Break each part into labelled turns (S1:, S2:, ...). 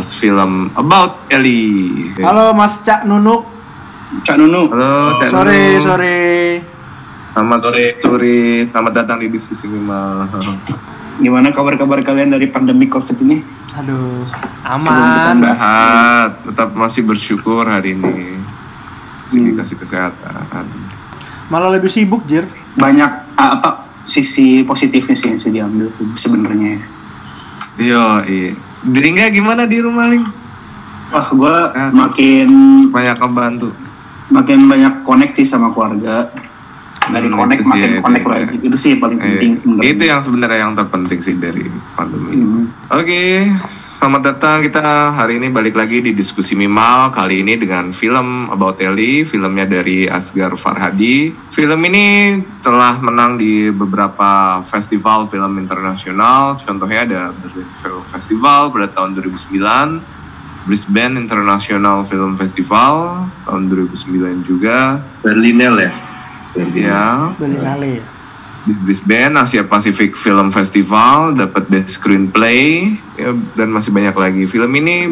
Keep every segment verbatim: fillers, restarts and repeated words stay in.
S1: membahas film About Ellie.
S2: Halo Mas Cak Nunuk.
S3: Cak Nunuk.
S1: Halo Cak
S2: Sore,
S1: Nunuk.
S2: sore.
S1: Selamat sore. sore. Selamat datang di diskusi Mima.
S3: Gimana kabar-kabar kalian dari pandemi Covid ini?
S2: Aduh, aman.
S1: Sehat, tetap masih bersyukur hari ini. Masih
S3: Hmm.
S1: dikasih kesehatan.
S2: Malah lebih sibuk, Jir.
S3: Banyak ah, apa sisi positifnya sih yang bisa diambil sebenarnya.
S1: Yo, iya. Dringga gimana di rumah, Ling?
S3: Wah, gue
S1: Ah.
S3: makin
S1: Banyak kebantu.
S3: makin banyak connect sih sama keluarga. Dari
S1: Hmm,
S3: connect
S1: itu sih,
S3: makin
S1: itu
S3: connect
S1: ya.
S3: lagi. Itu sih yang paling
S1: Eh,
S3: penting sebenarnya.
S1: Itu yang sebenarnya yang terpenting sih dari pandemi.
S3: Hmm.
S1: Oke, selamat datang kita hari ini balik lagi di diskusi Mimal. Kali ini dengan film About Ellie, filmnya dari Asghar Farhadi. Film ini telah menang di beberapa festival film internasional. Contohnya ada Berlin Film Festival pada tahun dua ribu sembilan, Brisbane International Film Festival tahun dua ribu sembilan juga,
S4: Berlinale ya? Berlinale.
S1: ya.
S2: Berlinale ya.
S1: Di Brisbane Asia Pacific Film Festival dapat Best Screenplay, ya, dan masih banyak lagi. Film ini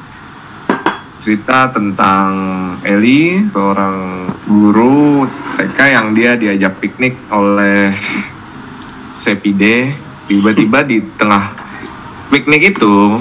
S1: bercerita tentang Ellie, seorang guru T K yang dia diajak piknik oleh Sepide. Tiba-tiba di tengah piknik itu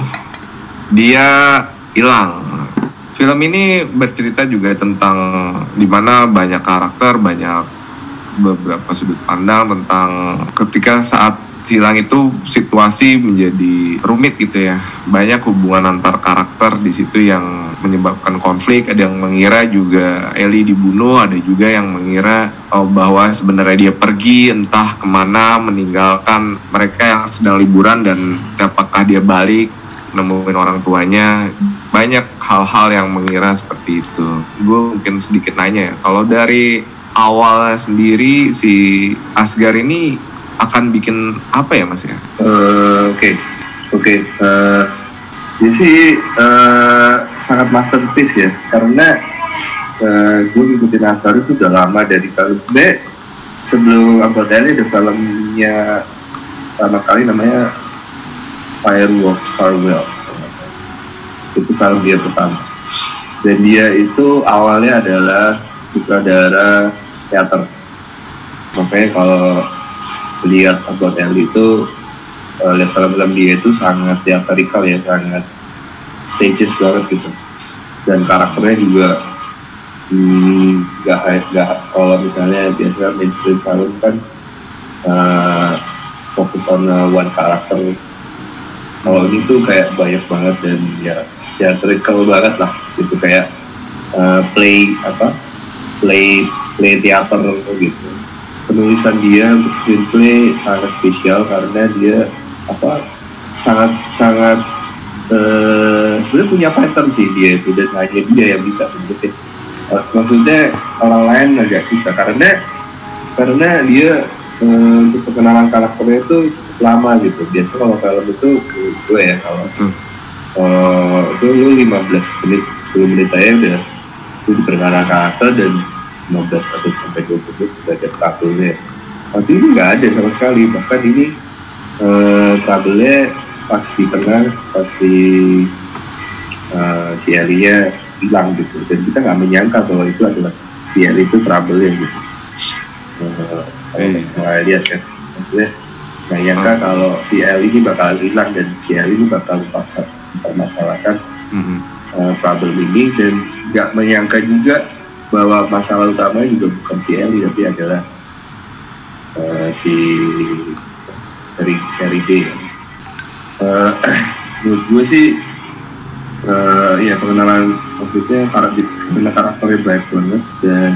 S1: dia hilang. Film ini bercerita juga tentang dimana banyak karakter, banyak beberapa sudut pandang tentang ketika saat hilang itu situasi menjadi rumit gitu ya. Banyak hubungan antar karakter di situ yang menyebabkan konflik. Ada yang mengira juga Ellie dibunuh, ada juga yang mengira oh, bahwa sebenarnya dia pergi entah kemana meninggalkan mereka yang sedang liburan, dan apakah dia balik nemuin orang tuanya. Banyak hal-hal yang mengira seperti itu. Gue mungkin sedikit nanya ya, kalau dari awalnya sendiri si Asghar ini akan bikin apa ya Mas ya?
S4: Eh, Oke, oke. Eh, Ini sih eh, sangat masterpiece ya, karena eh, gue ngikutin Asghar itu udah lama dari film. Sebenarnya sebelum About Ellie ada filmnya pertama kali namanya Fireworks Farewell. Itu film dia pertama. Dan dia itu awalnya adalah sutradara teater. Makanya kalau lihat About Ellie itu, uh, lihat film-film dia itu sangat teatrikal ya, sangat stages banget gitu. Dan karakternya juga hmm, gak, gak kalau misalnya biasa mainstream film kan uh, fokus on uh, one karakter. Kalau ini tuh kayak banyak banget dan ya theatrical banget lah gitu, kayak uh, play apa play play teater gitu. Penulisan dia untuk screenplay sangat spesial karena dia apa sangat sangat uh, sebenarnya punya pattern sih dia itu, dan hanya dia yang bisa sebenarnya. Uh, maksudnya orang lain agak susah karena karena dia uh, untuk perkenalan karakternya itu lama gitu. Biasa kalau film itu gue ya kalau uh, itu lu lima belas menit sepuluh menit aja udah itu diperkenalkan karakter, dan lima belas atau sampai dua puluh menit udah ada trouble-nya. Tapi ini nggak ada sama sekali, bahkan ini uh, trouble-nya pas di tengah, pas si uh, si Ellie-nya hilang gitu, dan kita nggak menyangka bahwa itu adalah si Ellie itu trouble-nya gitu. Uh, kalau nggak lihat kan, maksudnya nggak nyangka kalau si Ellie ini bakal hilang dan si Ellie ini bakal mempermasalahkan
S1: Mm-hmm.
S4: uh, problem ini, dan nggak menyangka juga bahwa masalah utama juga bukan si Ellie tapi adalah uh, si dari seri D. Uh, menurut gue sih uh, ya pengenalan, maksudnya karakter karena karakternya baik banget, dan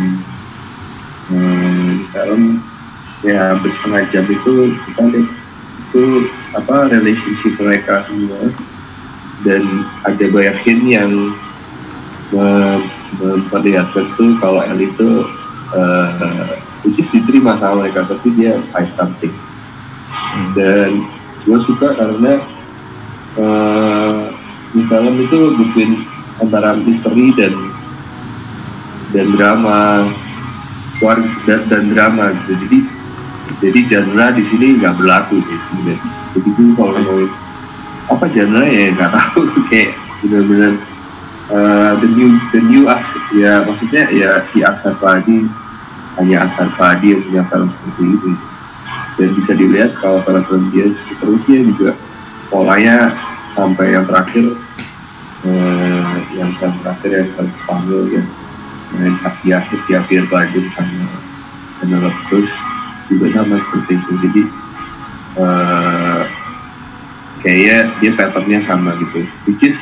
S4: um, film ya hampir setengah jam itu kita lihat itu apa relationship mereka semua, dan ada banyak hint yang mem- memperlihatkan tuh kalau Ellie itu uh, which is diterima sama mereka, tapi dia fight something. Hmm. Dan gue suka karena uh, di film itu between antara misteri dan dan drama keluarga dan, dan drama gitu. Jadi jadi genre di sini nggak berlaku sih sebenarnya. Jadi gue kalau ngomongin apa genre ya nggak tahu, kayak benar-benar uh, the new the new as ya maksudnya ya si Asghar Farhadi hanya Asghar Farhadi yang punya film seperti itu dan bisa dilihat kalau film-film dia seterusnya juga polanya sampai yang terakhir uh, yang film terakhir yang film Spanyol yang dengan Javier Javier Bardem sama Penelope Cruz juga sama seperti itu. Jadi uh, kayaknya dia patternnya sama gitu, which is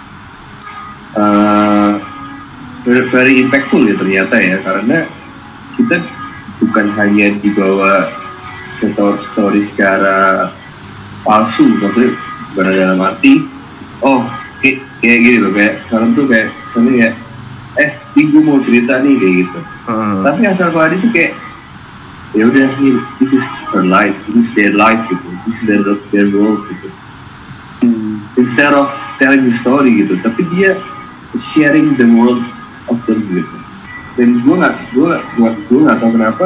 S4: uh, very, very impactful ya ternyata ya, karena kita bukan hanya dibawa story secara palsu, maksudnya bukan dalam arti oh kayak, kayak gini loh, kayak film tuh kayak misalnya kayak eh ini gue mau cerita nih kayak gitu, uh. tapi Asghar Farhadi tuh kayak ya udah nih, this is her life, this is their life gitu, this is their, their world gitu. Hmm. Instead of telling the story gitu, tapi dia sharing the world of them gitu. Dan gue nggak gue gue gue nggak tahu kenapa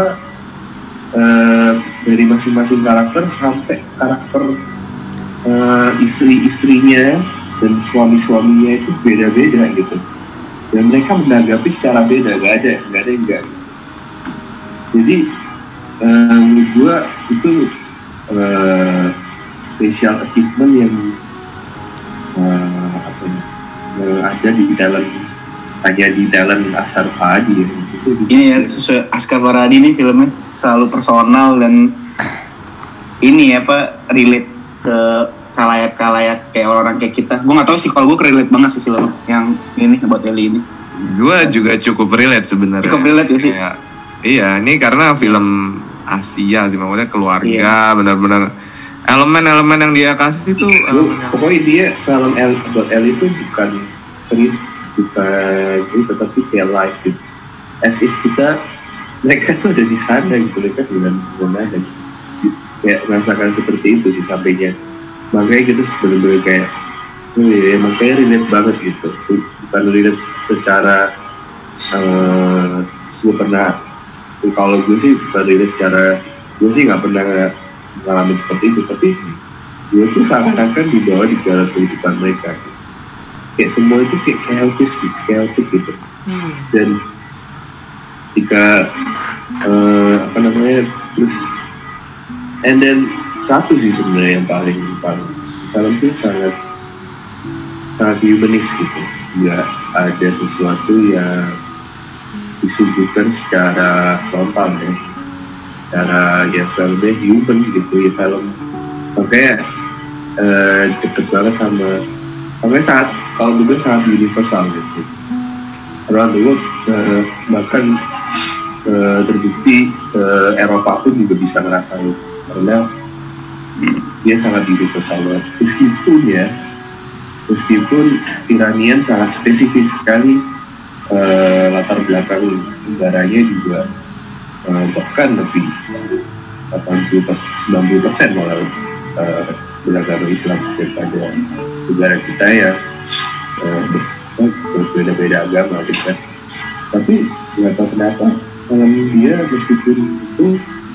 S4: uh, dari masing-masing karakter sampai karakter uh, istri-istrinya dan suami-suaminya itu beda-beda gitu. Dan mereka menanggapi secara beda, gak ada gak ada yang enggak. Jadi uh, menurut gue itu uh, special achievement yang uh, apa ya, yang ada di dalam hanya di dalam Asghar Farhadi ya. Itu
S3: ini ya sesuai Asghar Farhadi ini filmnya selalu personal dan ini ya apa relate ke kalayak-kalayak kayak orang-orang kayak kita. Gue nggak tahu sih, kalau gue relate banget sih film yang ini buat Eli ini.
S1: Gue juga cukup relate sebenarnya.
S3: Cukup relate ya sih.
S1: Kayak, iya, ini karena film Asia sih, maksudnya keluarga, iya. Benar-benar elemen-elemen yang dia kasih tuh.
S4: Lu, pokoknya dia film El, buat Eli itu bukan treat, bukan itu, tetapi kayak live gitu. As if kita mereka tuh ada di sana gitu, mereka bukan bukan ada. Kayak merasakan seperti itu di sampingnya. Makanya gitu bener-bener kayak oh iya, makanya relate banget gitu, bukan relate secara uh, gue pernah, kalau gue sih bukan relate secara, gue sih nggak pernah ngalamin seperti itu, tapi gue tuh seakan-akan dibawa di dalam kehidupan mereka gitu. Kayak semua itu kayak chaotic gitu, chaotic gitu hmm. Dan ketika uh, apa namanya terus and then satu sih sebenarnya yang paling paling film itu sangat sangat humanis gitu, nggak ada sesuatu yang disuguhkan secara frontal ya, cara ya filmnya human gitu ya, film makanya uh, deket banget sama, makanya sangat kalau dulu sangat universal gitu around the world, uh, bahkan uh, terbukti uh, Eropa pun juga bisa ngerasain karena dia sangat universal banget. Meskipun ya, meskipun Iranian sangat spesifik sekali uh, latar belakang negaranya juga uh, bahkan lebih delapan puluh persen, sembilan puluh persen malah uh, beragama Islam daripada negara kita ya uh, berbeda-beda agama gitu kan. Tapi nggak tahu kenapa kalau dia meskipun itu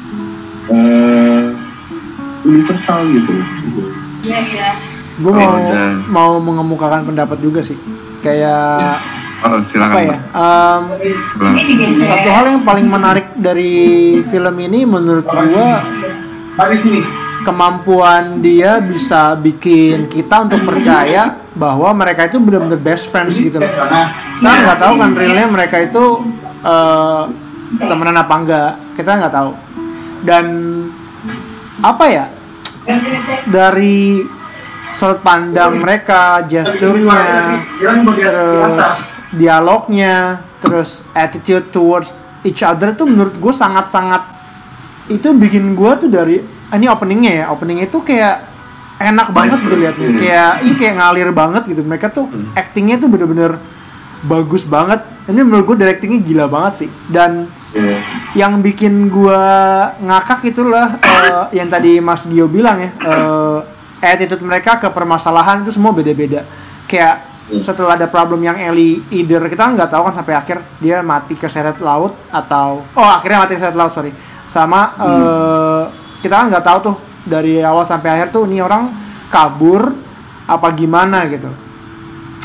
S4: uh, universal gitu.
S2: Iya iya. Gue mau
S1: bisa.
S2: mau mengemukakan pendapat juga sih. Kayak
S1: oh, silakan.
S2: apa ya? Um, satu hal yang paling menarik dari film ini menurut gue kemampuan dia bisa bikin kita untuk percaya bahwa mereka itu benar-benar best friends gitu loh. Kita nggak tahu kan realnya mereka itu uh, temenan apa enggak, kita nggak tahu. Dan apa ya, dari sudut pandang mereka, gesturnya, terus dialognya, terus attitude towards each other tuh menurut gue sangat-sangat, itu bikin gue tuh dari ini openingnya ya, openingnya itu kayak enak banget gitu liatnya, kayak ini kayak ngalir banget gitu. Mereka tuh actingnya tuh bener-bener bagus banget. Ini menurut gue directingnya gila banget sih. Dan yeah. yang bikin gue ngakak itulah uh, yang tadi Mas Gio bilang ya, uh, attitude mereka ke permasalahan itu semua beda-beda. Kayak yeah. setelah ada problem yang Eli either kita nggak tahu kan sampai akhir dia mati keseret laut atau oh akhirnya mati keseret laut sorry sama uh, hmm. kita kan nggak tahu tuh dari awal sampai akhir tuh ini orang kabur apa gimana gitu.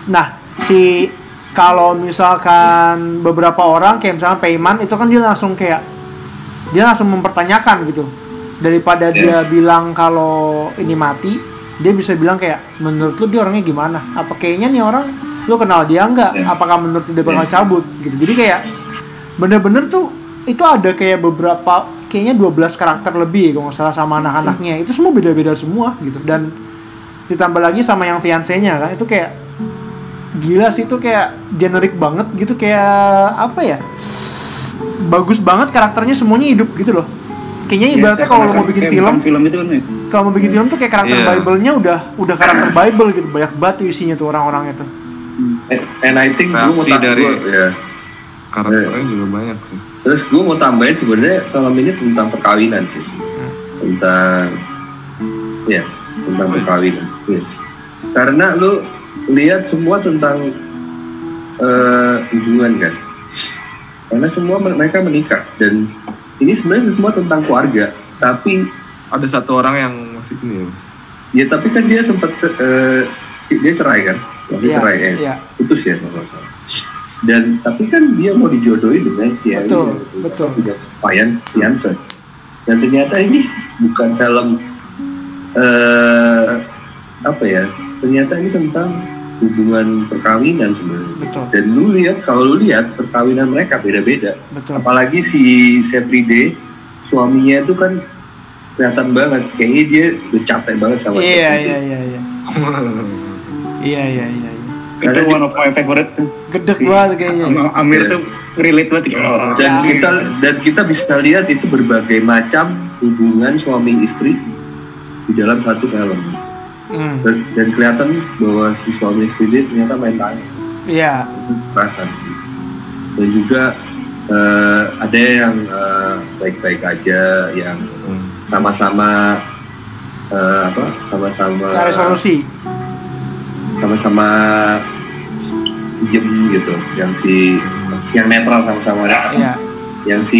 S2: Nah, si kalau misalkan beberapa orang kayak misalnya Payman itu kan dia langsung kayak dia langsung mempertanyakan gitu. Daripada
S4: Yeah.
S2: dia bilang kalau ini mati, dia bisa bilang kayak menurut lu dia orangnya gimana? Apa kayaknya nih orang lu kenal dia enggak?
S4: Yeah.
S2: Apakah menurut lu dia bakal
S4: Yeah.
S2: cabut gitu. Jadi kayak bener-bener tuh itu ada kayak beberapa kayaknya dua belas karakter lebih kalau nggak salah sama anak-anaknya. Itu semua beda-beda semua gitu. Dan ditambah lagi sama yang fiancé-nya kan itu kayak gila sih, itu kayak generik banget gitu, kayak apa ya, bagus banget karakternya, semuanya hidup gitu loh. Kayaknya ibaratnya kalau mau bikin film,
S3: film itu kan ya.
S2: kalau mau bikin film tuh kayak karakter
S1: Iya.
S2: Bible-nya udah udah karakter Bible gitu, banyak banget tuh isinya tuh orang-orang itu.
S4: And, and I think gue mau
S1: Reaksi
S4: tak-
S1: dari-
S4: gua- ya.
S1: Karakternya juga banyak sih.
S4: Terus gue mau tambahin sebenarnya film ini tentang perkawinan sih, tentang ya tentang perkawinan, yes. Karena lu lihat semua tentang eh, hubungan kan, karena semua men- mereka menikah dan ini sebenarnya semua tentang keluarga, tapi
S1: Ada satu orang yang masih ini.
S4: ya tapi kan dia sempat eh, dia cerai kan, dia
S2: Iya,
S4: cerai eh
S2: iya.
S4: putus ya kalau nggak salah. Dan tapi kan dia mau dijodohin dengan si Ellie,
S2: Betul,
S4: yang
S2: betul.
S4: punya fiance, fiance. Dan ternyata ini bukan dalam eh, apa ya? Ternyata ini tentang hubungan perkawinan sebenarnya.
S2: Betul,
S4: Dan lu lihat, kalau lu lihat perkawinan mereka beda-beda.
S2: betul.
S4: Apalagi si Sepride, suaminya itu kan kelihatan banget, kayaknya dia udah capek banget sama
S2: Iya,
S4: Sepride.
S2: iya, iya, iya. Iya, iya, iya, iya.
S3: Itu
S4: Karena
S3: one of my favorite tuh.
S2: Gedek
S3: Si
S2: banget kayaknya.
S3: Am- Amir
S4: Iya.
S3: tuh relate banget gitu. Oh,
S4: dan
S2: Ya.
S4: kita dan kita bisa lihat itu berbagai macam hubungan suami istri di dalam satu film.
S2: Hmm.
S4: Dan, dan kelihatan bahwa si suami istri dia ternyata main tangan,
S2: Iya,
S4: perasaan. Dan juga eh, ada yang eh, baik-baik aja, yang sama-sama eh, apa, sama-sama
S2: cari solusi.
S4: sama-sama diem gitu, yang si yang netral sama-sama,
S2: Iya.
S4: yang si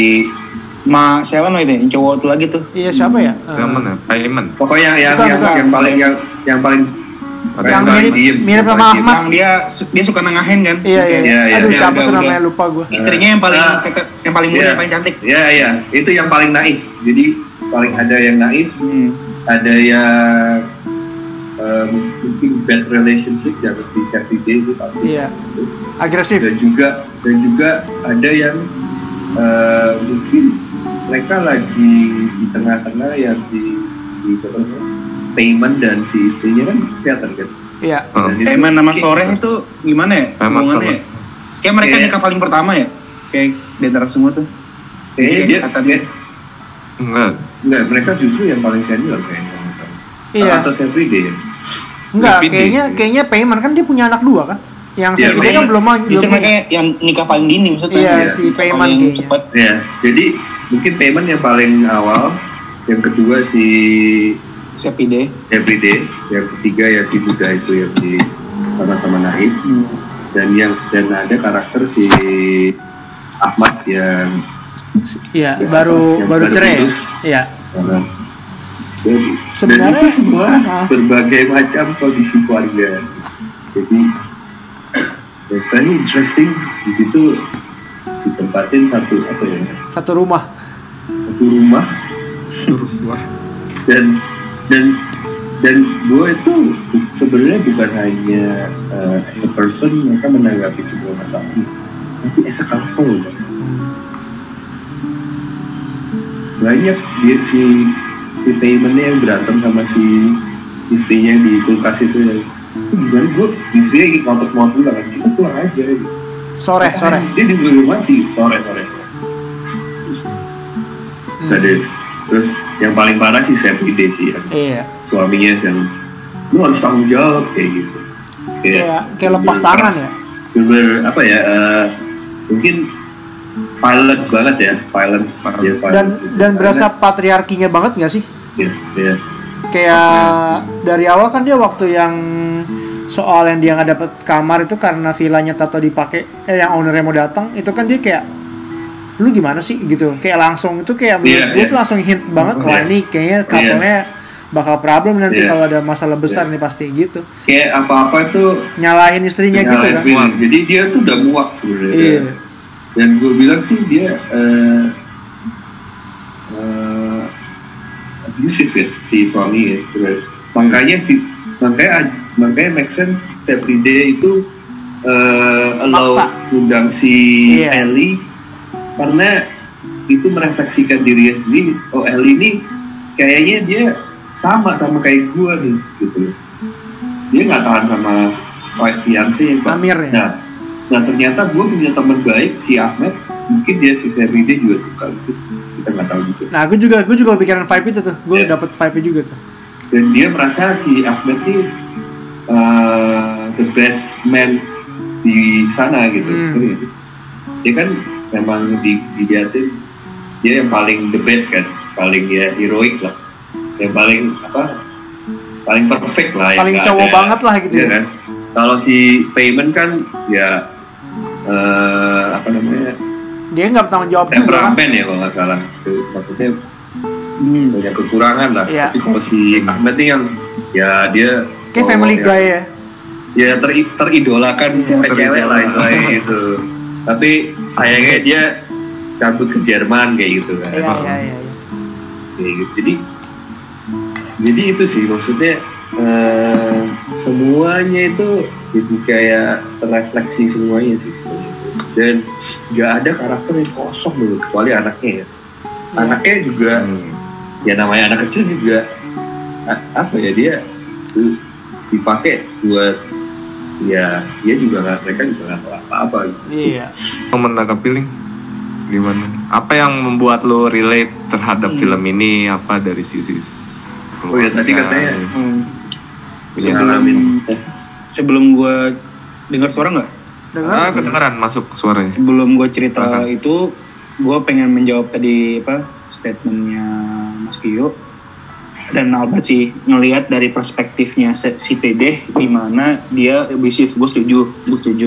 S3: Ma siapa no ini? Yang cowok tuh lagi tuh.
S2: Iya, siapa ya? Eh,
S1: Yang mana? Payment.
S4: pokoknya yang
S2: Bukan,
S4: yang
S2: bukan.
S4: yang paling yang yang paling
S1: Ada
S2: Yang
S1: paling
S2: mirip-
S4: diem,
S2: mirip
S4: yang
S2: sama
S4: paling diem.
S2: Ahmad.
S3: Yang dia su- dia suka nengahin kan?
S2: Iya, iya.
S4: Iya, iya.
S2: Aduh,
S3: Iya,
S2: siapa
S3: udah,
S2: tuh namanya,
S3: udah.
S2: lupa gue.
S3: Istrinya yang paling
S4: Ah.
S3: yang paling muda,
S4: Iya.
S3: yang paling cantik.
S4: Ya, ya, itu yang paling naif. Jadi paling ada yang naif,
S3: Hmm.
S4: ada yang em, mungkin bad relationship yang si Sepride itu pasti.
S2: Iya. Agresif.
S4: Dan juga dan juga ada yang eh, mungkin mereka lagi di tengah-tengah yang si si apa namanya, Payment dan si istrinya kan kelihatan kan.
S2: Iya.
S1: Oh.
S4: Dan itu-
S3: Eman nama Soreh itu gimana ya?
S1: Emang
S3: Hubungannya
S1: sama-
S3: ya? Kayak mereka
S4: Iya.
S3: nikah paling pertama ya? Kayak di antara semua tuh.
S4: Kayaknya dia
S3: Kata
S4: kayak,
S1: Enggak.
S4: enggak, mereka justru yang paling senior kayaknya kalau nggak salah.
S2: Iya.
S4: Atau Sepride ya.
S2: Enggak,
S1: Tapi di-
S2: kayaknya kayaknya Payman kan dia punya anak dua kan? Yang
S4: Iya,
S2: satu dia kan
S4: Payman.
S2: belum belum
S3: Justru mereka
S2: punya.
S3: yang nikah paling dini maksudnya.
S2: Iya,
S4: Iya.
S2: si
S3: Nikah
S2: Payman
S3: paling
S2: kayaknya.
S3: cepet.
S4: Ya, jadi mungkin Payment yang paling awal, yang kedua si
S3: Sepide.
S4: Everyday, yang ketiga ya si Buddha itu yang si sama-sama naif,
S3: Hmm.
S4: dan yang dan ada karakter si Ahmad yang
S2: Iya,
S4: Ya,
S2: baru
S4: yang
S2: baru
S4: baru
S2: cerai. ya?
S4: putus.
S2: Iya.
S4: uh, dan,
S2: Sebenarnya-
S4: dan itu semua
S2: Ah.
S4: berbagai macam kondisi keluarga. Jadi dan very interesting di situ ditempatin satu apa ya,
S2: Satu rumah.
S4: satu rumah
S1: Wah.
S4: dan dan dan gue itu bu- sebenarnya bukan hanya uh, as a person mereka menanggapi sebuah masalah ini, tapi as a couple. Banyak dia si si Paymentnya yang berantem sama si istrinya di kulkas itu ya. Gimana gue istrinya lagi ngotot-ngotot bilang kita pulang aja gitu.
S2: Sore, sore.
S4: Dia juga belum mati sore sore.
S2: Hmm.
S4: Ada terus yang paling parah sih Sepride sih yang
S2: Iya.
S4: suaminya yang lu harus tanggung jawab kayak gitu.
S2: Kayak kayak lepas tangan ya.
S4: Bener apa ya? eh, mungkin violence banget ya, violence. Ya,
S2: Dan
S4: violence gitu.
S2: dan berasa patriarkinya banget nggak sih?
S4: Ya, ya.
S2: Kayak dari awal kan dia waktu yang soal yang dia nggak dapet kamar itu karena villanya tato dipakai, eh yang ownernya mau datang itu kan dia kayak lu gimana sih gitu, kayak langsung itu kayak menurut
S4: Iya,
S2: gue
S4: iya.
S2: tuh langsung hint banget wah
S4: Iya.
S2: ini kayaknya couple-nya bakal problem nanti
S4: Iya.
S2: kalau ada masalah besar
S4: Iya.
S2: nih pasti gitu.
S4: Kayak apa-apa tuh
S2: Nyalahin istrinya gitu
S4: nyalain
S2: kan.
S4: sendiri. Jadi dia tuh udah muak sebenarnya.
S2: Iya.
S4: Dan gue bilang sih dia uh, uh, abusive ya si suami ya. Makanya si makanya makanya make sense every day itu uh, allow
S2: Paksa.
S4: undang si
S2: Iya.
S4: Ellie karena itu merefleksikan dirinya sendiri. Oh Ellie ini kayaknya dia sama sama kayak gue nih gitu. Dia nggak tahan sama fiancé yang
S2: Amir ya?
S4: Nah, nah ternyata gue punya teman baik si Ahmed, mungkin dia si Feride juga suka gitu. Kita nggak tahu gitu.
S2: Nah, aku juga aku juga pikiran vibe itu tuh. Gue
S4: Iya.
S2: dapet vibe juga tuh.
S4: Dan dia merasa si Ahmed ini uh, the best man di sana gitu.
S2: Hmm.
S4: Ngerti nggak sih? Dia kan memang di dilihatin dia yang paling the best kan, paling ya heroik lah, yang paling apa, paling perfect lah.
S2: Paling
S4: yang nggak
S2: cowok
S4: ada-
S2: banget lah gitu
S4: Iya
S2: ya.
S4: kan? Kalau si Payment kan ya uh, apa namanya
S2: Dia nggak bertanggung jawab juga kan.
S4: temperamen ya kalau nggak salah. Itu maksudnya
S3: Hmm.
S4: banyak kekurangan lah.
S2: Iya.
S4: Tapi kalau si Ahmed ini yang ya dia
S2: Kayak
S4: oh,
S2: family
S4: ya,
S2: guy ya.
S4: ya ter teridolakan cewek-cewek lah istilahnya gitu. Tapi sayangnya dia cabut ke Jerman kayak gitu kan.
S2: Iya, iya, iya. iya.
S4: Kayak gitu. Jadi jadi itu sih maksudnya eh, semuanya itu jadi kayak terrefleksi semuanya sih sebenarnya. Dan nggak ada karakter yang kosong dulu kecuali anaknya ya. Anaknya juga ya namanya anak kecil juga a- apa ya dia tuh dipakai buat ya dia juga nggak mereka juga nggak tahu apa-apa gitu.
S2: Iya.
S1: menangkap feeling gimana? Apa yang membuat lo relate terhadap film ini? Apa dari sisi
S4: Oh ya tadi katanya
S3: Hmm.
S1: Bisa
S4: ngalamin eh,
S3: Sebelum gue dengar suara nggak?
S2: Dengar?
S1: ah, kedengeran masuk suaranya.
S3: Sebelum gue cerita
S1: Masa?
S3: itu, gue pengen menjawab tadi apa statementnya Mas Gio dan Albert sih, ngelihat dari perspektifnya se- si P D di mana dia abusive. Gue setuju, gue setuju.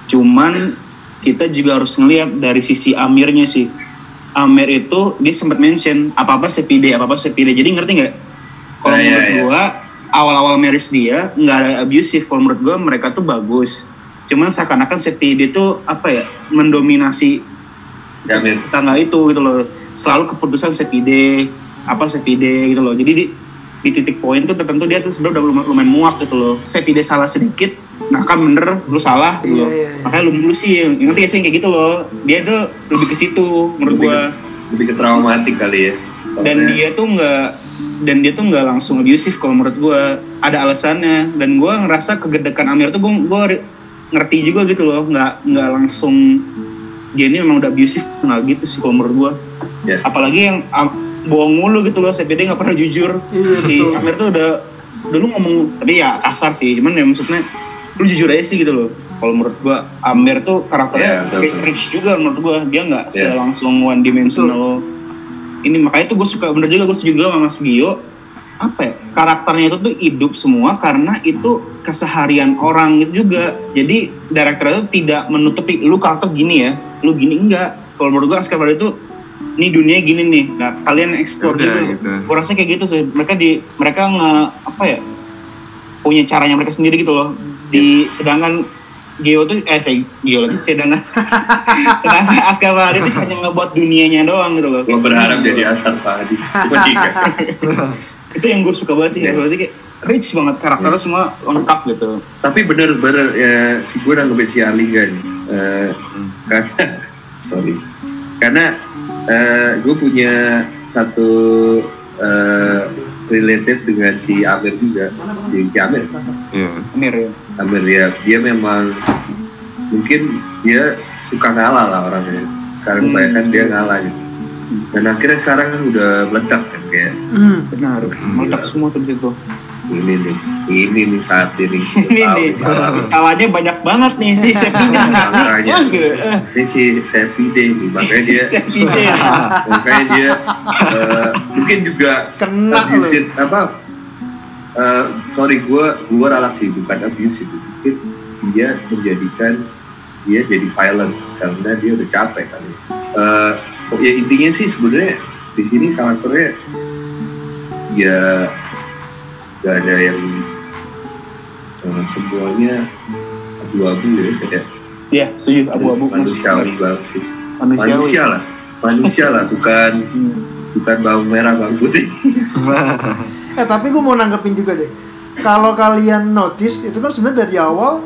S3: Cuman kita juga harus ngelihat dari sisi Amirnya sih. Amir itu dia sempat mention apa apa si P D, apa apa si P D. Jadi ngerti nggak? Kalau
S4: Ah, iya,
S3: menurut
S4: iya.
S3: gue awal-awal marriage dia nggak ada abusive. Kalau menurut gue mereka tuh bagus. Cuman seakan-akan si P D tuh apa ya mendominasi
S4: Jamir.
S3: tetangga itu gitu loh, selalu keputusan C P D apa C P D gitu loh. Jadi di, di titik poin tuh tertentu dia tuh sebenarnya udah lumayan, lumayan muak gitu loh. C P D salah sedikit, nah kan bener lu salah gitu
S2: Iya,
S3: loh.
S2: iya, iya.
S3: Makanya lu lu sih yang ngerti gak sih yang kayak gitu loh. Dia tuh lebih ke situ menurut
S4: Lebih
S3: gua.
S4: ke, lebih ke traumatik kali ya.
S3: Dan
S4: Maksudnya,
S3: dia tuh nggak dan dia tuh nggak langsung abusive kalau menurut gua. Ada alasannya dan gua ngerasa kegedekan Amir tuh gua, gua ngerti juga gitu loh. Nggak nggak langsung dia ini memang udah abusive, nggak gitu sih kalau menurut gua.
S4: Ya.
S3: Apalagi yang um, bohong mulu gitu loh, C P D nggak pernah jujur.
S2: Iya,
S3: Si
S2: betul.
S3: Amir tuh udah dulu ngomong, tapi ya kasar sih, cuman ya maksudnya lu jujur aja sih gitu loh. Kalau menurut gua Amir tuh karakternya
S4: Iya, betul, betul.
S3: rich juga menurut gua, dia nggak
S4: Iya.
S3: selangsung one dimensional. Ini makanya tuh gue suka, bener juga gue setuju juga sama Mas Gio. Apa ya, karakternya itu tuh hidup semua karena itu keseharian orang itu juga. Jadi director itu tidak menutupi lu karakter gini ya, lu gini enggak. Kalau menurut gue Askar Pada itu ini dunia gini nih. Nah, kalian explore
S1: Udah,
S3: gitu.
S1: gitu.
S3: Gue rasa kayak gitu sih. Mereka di mereka nge apa ya? Punya caranya mereka sendiri gitu loh. Di sedangkan Gio tuh eh saya Gio lagi sedangkan sedangkan Askar Pada itu hanya ngebuat dunianya doang gitu loh.
S4: gue berharap jadi Astar Fahadi. Cuma jika.
S3: Itu yang gue suka banget sih,
S4: Iya.
S3: berarti kayak rich banget karakternya semua lengkap gitu.
S4: Tapi bener-bener ya, si gue udah ngebet si Arlingga nih. Eh, karena sorry. Karena eh, gue punya satu eh, related dengan si Amir juga. Si, si Amir.
S1: Iya.
S3: Amir ya.
S4: Amir ya, dia memang mungkin dia suka ngalah lah orangnya. Karena
S3: Hmm.
S4: kebanyakan dia ngalah gitu. Dan akhirnya sekarang kan udah meledak kan kayak
S2: Hmm.
S3: Benar, meledak semua tuh di situ.
S4: ini nih, ini nih saat ini.
S3: Ini
S4: Tahu
S3: nih,
S4: salah.
S3: salahnya banyak banget nih si Sepida.
S4: Makanya.
S3: Wah gitu. Eh,
S4: Ini si Sepide nih, makanya dia
S3: Sepida.
S4: makanya dia eh, mungkin juga
S2: Kena
S4: abusive apa eh, sorry gue gue ralat sih bukan abusive, mungkin dia menjadikan dia jadi violence karena dia udah capek kali. Eh, ya intinya sih sebenarnya di sini karakternya ya nggak ada yang uh, semuanya abu-abu ya kayak
S3: Iya, setuju abu-abu
S4: manusiawi banget sih.
S3: Manusiawi.
S4: Manusia lah, manusia lah, bukan
S3: Hmm.
S4: bukan bawang merah bawang putih.
S2: Eh tapi gue mau nanggepin juga deh. Kalau kalian notice itu kan sebenarnya dari awal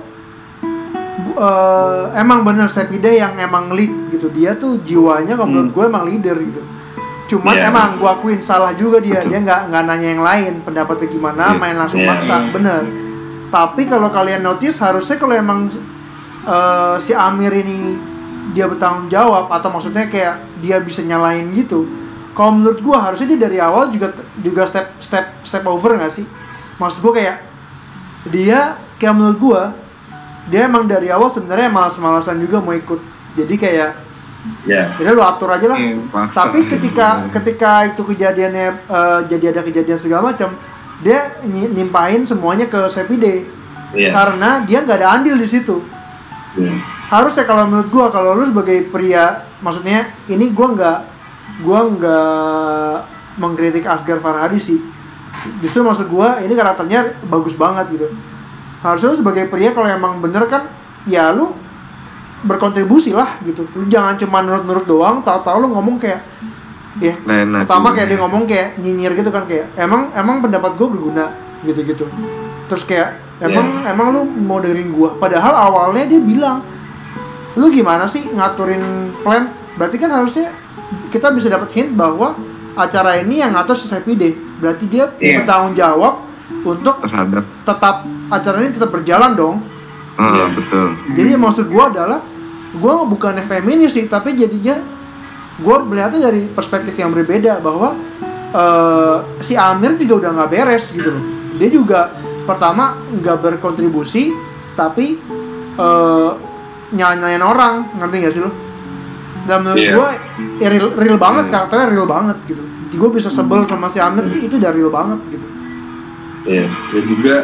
S2: uh, emang bener Sepide yang emang lead gitu. Dia tuh jiwanya kalau menurut
S3: Hmm.
S2: gue emang leader gitu. Cuman
S4: Yeah.
S2: emang gue akuin salah juga dia.
S1: Betul.
S2: Dia nggak nggak nanya yang lain pendapatnya gimana,
S1: Yeah.
S2: main langsung
S4: Yeah.
S2: maksa, bener. Tapi kalau kalian notice harusnya kalau emang uh, si Amir ini dia bertanggung jawab atau maksudnya kayak dia bisa nyalain gitu. Kalau menurut gua harusnya dia dari awal juga juga step step step over nggak sih? Maksud gua kayak dia kayak menurut gua dia emang dari awal sebenarnya malas-malasan juga mau ikut. Jadi kayak
S4: Ya,
S2: kita lu atur aja lah.
S3: Iya,
S1: paksa.
S2: Tapi ketika ketika itu kejadiannya eh, jadi ada kejadian segala macam, dia ny- nimpahin semuanya ke Sepide
S4: iya.
S2: karena dia nggak ada andil di situ.
S4: Iya.
S2: Harusnya kalau menurut gua, kalau lu sebagai pria, maksudnya ini gua nggak gua nggak mengkritik Asghar Farhadi sih. Justru maksud gua ini karakternya bagus banget gitu. Harusnya lu sebagai pria kalau emang bener kan ya lu berkontribusi lah gitu. Lu jangan cuma nurut-nurut doang, tahu-tahu lu ngomong kayak ya
S1: Lena
S2: pertama
S1: juga.
S2: kayak dia ngomong kayak nyinyir gitu kan, kayak emang emang pendapat gua berguna gitu-gitu. Terus kayak emang emang lu mau dengerin gua, padahal awalnya dia bilang lu gimana sih ngaturin plan? Berarti kan harusnya kita bisa dapat hint bahwa acara ini yang ngatur si Sepide. Berarti dia
S3: Iya.
S2: bertanggung jawab untuk
S1: terhadap
S2: tetap acara ini tetap berjalan dong.
S1: ah,
S4: Iya.
S1: betul.
S2: Jadi maksud gua adalah gua bukannya feminis sih, tapi jadinya gua melihatnya dari perspektif yang berbeda bahwa eh, si Amir juga udah nggak beres gitu loh. Dia juga pertama nggak berkontribusi, tapi eh, nyanyain orang, ngerti gak sih lo? Dan menurut
S4: Iya.
S2: gua ya real, real banget, karakternya real banget gitu. Gua bisa sebel sama si Amir, itu udah real banget gitu.
S4: Iya, dan juga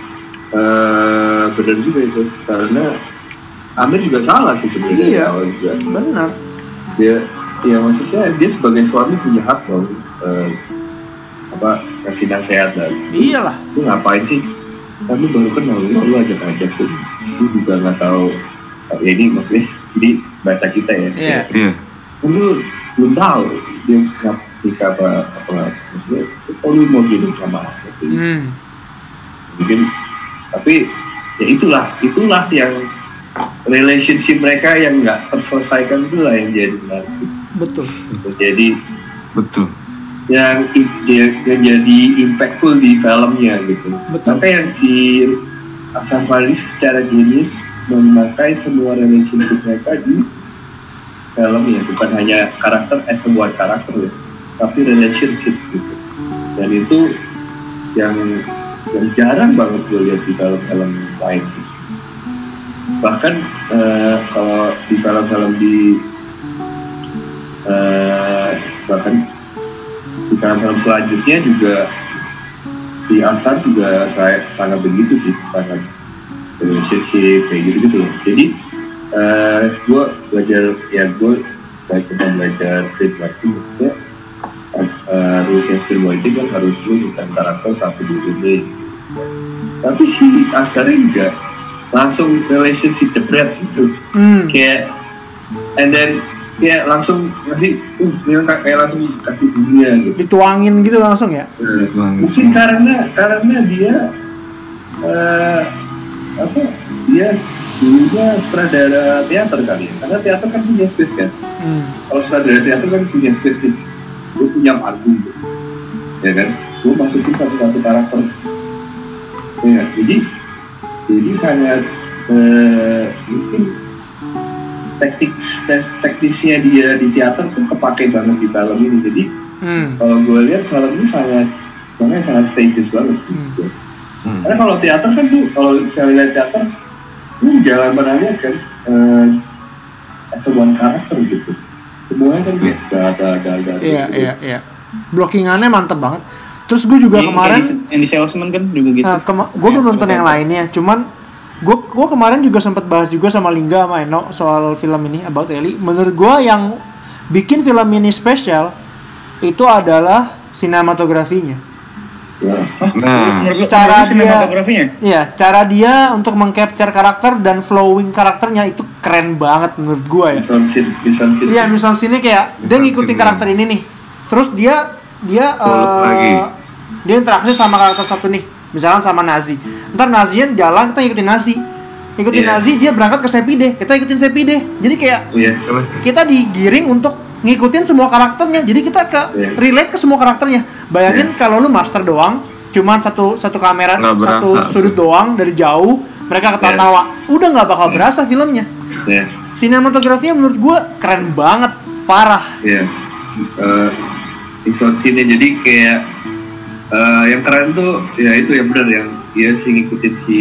S4: eh benar juga itu karena Amir juga salah sih sebenarnya
S2: Iya.
S4: di awal juga.
S2: Benar.
S4: Dia, ya maksudnya dia sebagai suami punya hak dong eh, apa kasih nasihat dan
S2: Iyalah.
S4: lu ngapain sih? Kamu baru kenal lu, lu ajak-ajak tuh. Lu juga nggak tahu. Ya ini maksudnya ini bahasa kita ya.
S2: Iya.
S1: Iya.
S4: Lu belum tahu dia nggak nikah apa apa maksudnya. Oh lu mau jodoh sama aku?
S2: Hmm.
S4: Mungkin tapi ya itulah itulah yang relationship mereka yang nggak terselesaikan itulah yang jadi narkis.
S2: Betul.
S4: Jadi
S1: Betul.
S4: yang, yang yang jadi impactful di filmnya gitu.
S2: Betul.
S4: Maka yang si Asghar Farhadi secara genius memakai semua relationship mereka di filmnya, bukan hanya karakter as a one karakter ya, tapi relationship gitu. Dan itu yang yang jarang banget gue lihat di film-film lain sih. Bahkan eh, kalau di film-film di eh, bahkan di film-film selanjutnya juga si Asghar juga saya sangat begitu sih, sangat relationship kayak gitu gitu loh. Jadi eh, gue belajar ya gue baik kita belajar screenwriting ya. Uh, harusnya screenwriting kan harus lu bukan karakter satu dua ini gitu. Tapi si Asghar juga langsung relationship jebret gitu
S2: Hmm.
S4: kayak and then ya langsung ngasih uh dia kayak langsung kasih dunia gitu.
S2: Dituangin gitu langsung ya.
S4: Nah,
S1: Dituangin
S4: mungkin
S1: semua.
S4: karena karena dia uh, apa dia dulunya sutradara teater kali ya, karena teater kan punya space kan.
S2: Hmm.
S4: Kalau sutradara teater kan punya space nih, gue punya panggung gitu. Ya kan, gue masukin satu-satu karakter ya, jadi jadi sangat eh, mungkin teknik teknisnya dia di teater tuh kepake banget di film ini. Jadi
S2: Hmm.
S4: kalau gue lihat film ini sangat sangat sangat stages banget gitu.
S1: Hmm.
S4: Karena kalau teater kan tuh, kalau saya lihat teater lu jalan pernah lihat kan eh, as a one karakter gitu, semuanya kan kayak ada ada ada
S2: Iya, iya, iya. Blockingannya mantep banget. Terus gue juga
S3: Yang-
S2: kemarin,
S3: yang di- yang di salesman kan juga gitu.
S2: nah, kema- gue belum nonton yang lainnya. Cuman gue gue kemarin juga sempat bahas juga sama Lingga sama Eno soal film ini About Ellie. Menurut gue yang bikin film ini spesial itu adalah sinematografinya.
S4: Ya.
S1: Nah,
S3: Menurut lu
S2: Cara
S3: menurut lu
S2: dia-
S3: sinematografinya?
S2: Iya, cara dia untuk mengcapture karakter dan flowing karakternya itu keren banget menurut gua ya.
S4: Mission scene, mission scene.
S2: Iya, misalnya sini kayak dia
S1: Mission
S2: ngikutin
S1: scene-nya.
S2: karakter ini nih. Terus dia dia
S1: Follow
S2: eh,
S1: lagi.
S2: dia interaksi sama karakter satu nih. Misalnya sama Nazi. Ntar Nazinya jalan, kita ngikutin Nazi. Ikutin
S4: Iya.
S2: Nazi, dia berangkat ke Sepide. Kita ikutin Sepide. Jadi kayak
S4: Iya.
S2: kita digiring untuk ngikutin semua karakternya. Jadi kita ke
S4: Iya.
S2: relate ke semua karakternya. Bayangin
S4: Iya.
S2: kalau lu master doang, cuman satu satu kamera,
S1: Nggak
S2: satu
S1: berasa
S2: sudut
S1: sih.
S2: doang dari jauh, mereka ketawa-tawa. Udah nggak bakal berasa filmnya.
S4: Iya.
S2: Sinematografinya menurut gua keren banget, parah.
S4: Iya. Eh, mission scene jadi kayak eh, yang keren tuh ya itu yang benar yang dia sih ngikutin si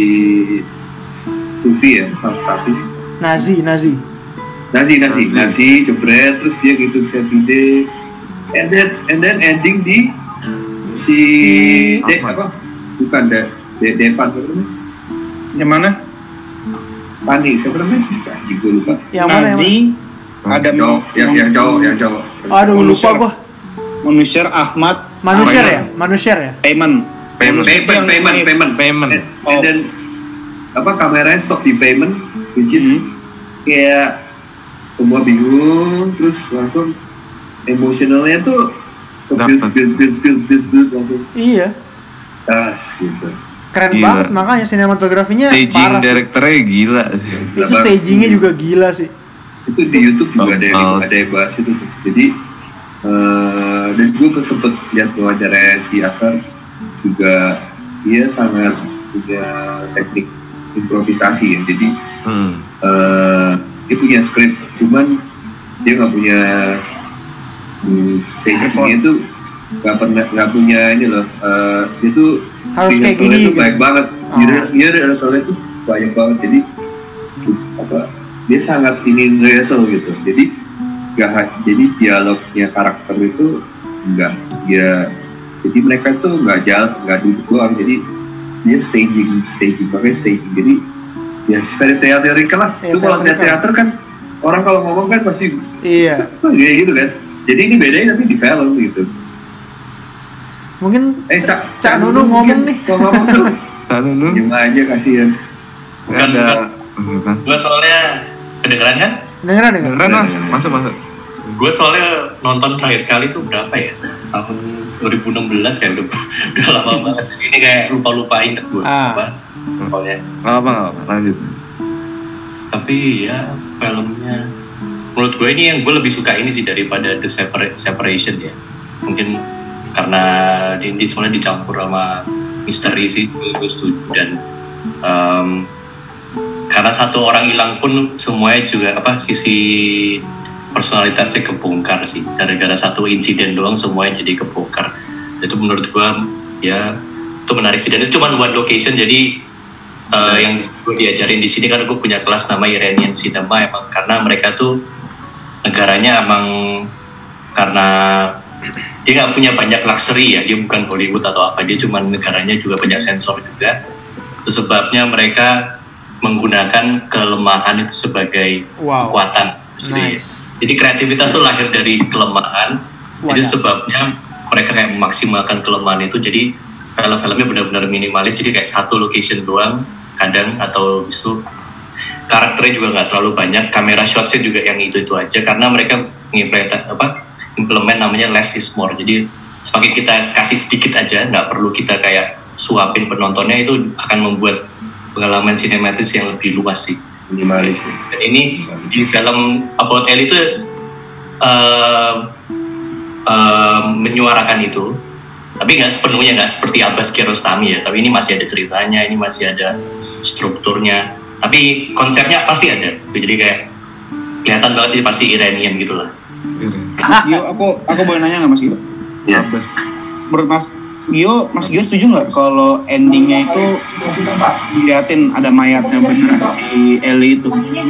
S4: Sufi ya salah satu
S2: Nazi, Nazi.
S4: Nazi Nazi
S1: Nazi.
S4: Nazi jebret terus dia gitu Sepide and then and then ending di si de,
S1: Ahmad.
S4: apa bukan de, de Depan apa namanya?
S3: Yang mana?
S4: Pani siapa namanya? Anjing gue lupa.
S2: Yang mana yang
S3: Nazi, ada
S4: Cowok, yang yang cowok, yang cowok.
S2: Aduh, lupa
S3: Manusia.
S2: gua.
S3: Manusia Ahmad
S2: Manusia
S1: Apa
S2: ya? Manusia ya?
S3: Payment.
S1: Payment.
S3: Manusia itu
S4: Payment,
S3: yang
S4: payment,
S3: naif.
S4: payment,
S1: Payment.
S4: And, and
S3: Oh.
S4: then apa kameranya stop di payment, which is
S3: Hmm.
S4: kayak semua bingung, terus langsung emosionalnya tuh ke build,
S1: Dapet.
S4: build, build, build, build, build, langsung
S2: Iya.
S4: tas gitu.
S2: Keren
S1: Gila.
S2: banget makanya sinematografinya
S1: Staging
S2: parah. sih.
S1: directornya gila sih.
S2: Itu stagingnya juga gila sih.
S4: Itu di YouTube juga ada yang
S1: Oh.
S4: ada yang bahas itu tuh. Jadi eh dan gue sempet lihat wawancara si Asar juga dia sangat punya teknik improvisasi ya. Jadi
S1: Hmm.
S4: eh dia punya skrip, cuman dia nggak punya hmm, stagingnya itu nggak pernah nggak punya ini loh. eh dia tuh
S2: Harus kayak
S4: rehearsalnya
S2: gini
S4: tuh
S2: gitu.
S4: banyak banget.
S2: Oh.
S4: Dia dia rehearsalnya tuh banyak banget. Jadi apa? Dia sangat ingin rehearsal gitu. Jadi nggak ha- jadi dialognya karakter itu nggak dia. Jadi mereka tuh nggak jalan nggak duduk doang. Jadi dia staging staging pakai staging. Jadi ya very theatrical lah.
S2: Ya,
S4: Lu kalau lihat
S2: theatrical.
S4: teater kan orang kalau ngomong kan pasti
S2: Iya.
S4: kayak gitu kan. Jadi ini bedanya tapi di film gitu.
S2: Mungkin
S4: Eh Cak,
S2: Cak Nunu ngomong nih.
S4: Kalau ngomong tuh
S1: Saat dulu
S4: diem aja kasihan.
S5: Bukan,
S1: ada bukan.
S5: Gue soalnya kedengeran kan?
S2: Dengeran dengeran.
S1: Beneran mas, masuk masuk.
S5: Gue soalnya nonton terakhir kali tuh berapa ya? Tahun dua ribu enam belas kayak udah, udah lama banget. Ini kayak lupa-lupa inget gue.
S2: Ah.
S5: Apa? Pokoknya.
S1: Gak apa nggak apa, lanjut.
S5: Tapi ya filmnya menurut gue ini yang gue lebih suka ini sih daripada The Separa- Separation ya. Mungkin karena ini soalnya dicampur sama misteri sih, gue gue setuju. Dan em, karena satu orang hilang pun semuanya juga apa sisi personalitasnya kebongkar sih. Gara-gara satu insiden doang semuanya jadi kebongkar. Itu menurut gue ya itu menarik sih. Dan itu cuma one location jadi eh, yang gue diajarin di sini karena gue punya kelas nama Iranian Cinema emang karena mereka tuh negaranya emang karena dia nggak punya banyak luxury ya, dia bukan Hollywood atau apa, dia cuma negaranya juga banyak sensor juga. Itu sebabnya mereka menggunakan kelemahan itu sebagai
S2: Wow.
S5: kekuatan. Jadi,
S2: Nice.
S5: jadi kreativitas tuh lahir dari kelemahan. Jadi
S2: Wadah.
S5: sebabnya mereka kayak memaksimalkan kelemahan itu. Jadi film-filmnya benar-benar minimalis. Jadi kayak satu location doang kadang atau itu karakternya juga nggak terlalu banyak. Kamera shotsnya juga yang itu-itu aja karena mereka ngimplement apa? implement namanya less is more. Jadi semakin kita kasih sedikit aja, nggak perlu kita kayak suapin penontonnya, itu akan membuat pengalaman sinematis yang lebih luas sih.
S4: Minimalis ya.
S5: Dan ini di film About Ellie itu uh, uh, menyuarakan itu, tapi nggak sepenuhnya, nggak seperti Abbas Kiarostami ya. Tapi ini masih ada ceritanya, ini masih ada strukturnya. Tapi konsepnya pasti ada. Itu jadi kayak kelihatan banget ini pasti Iranian gitulah.
S3: Mas Gio, aku aku boleh nanya nggak Mas Gio?
S4: Ya.
S1: Abes.
S3: Menurut Mas Gio, Mas Gio setuju nggak kalau endingnya itu diliatin ada mayatnya bener si Ellie itu?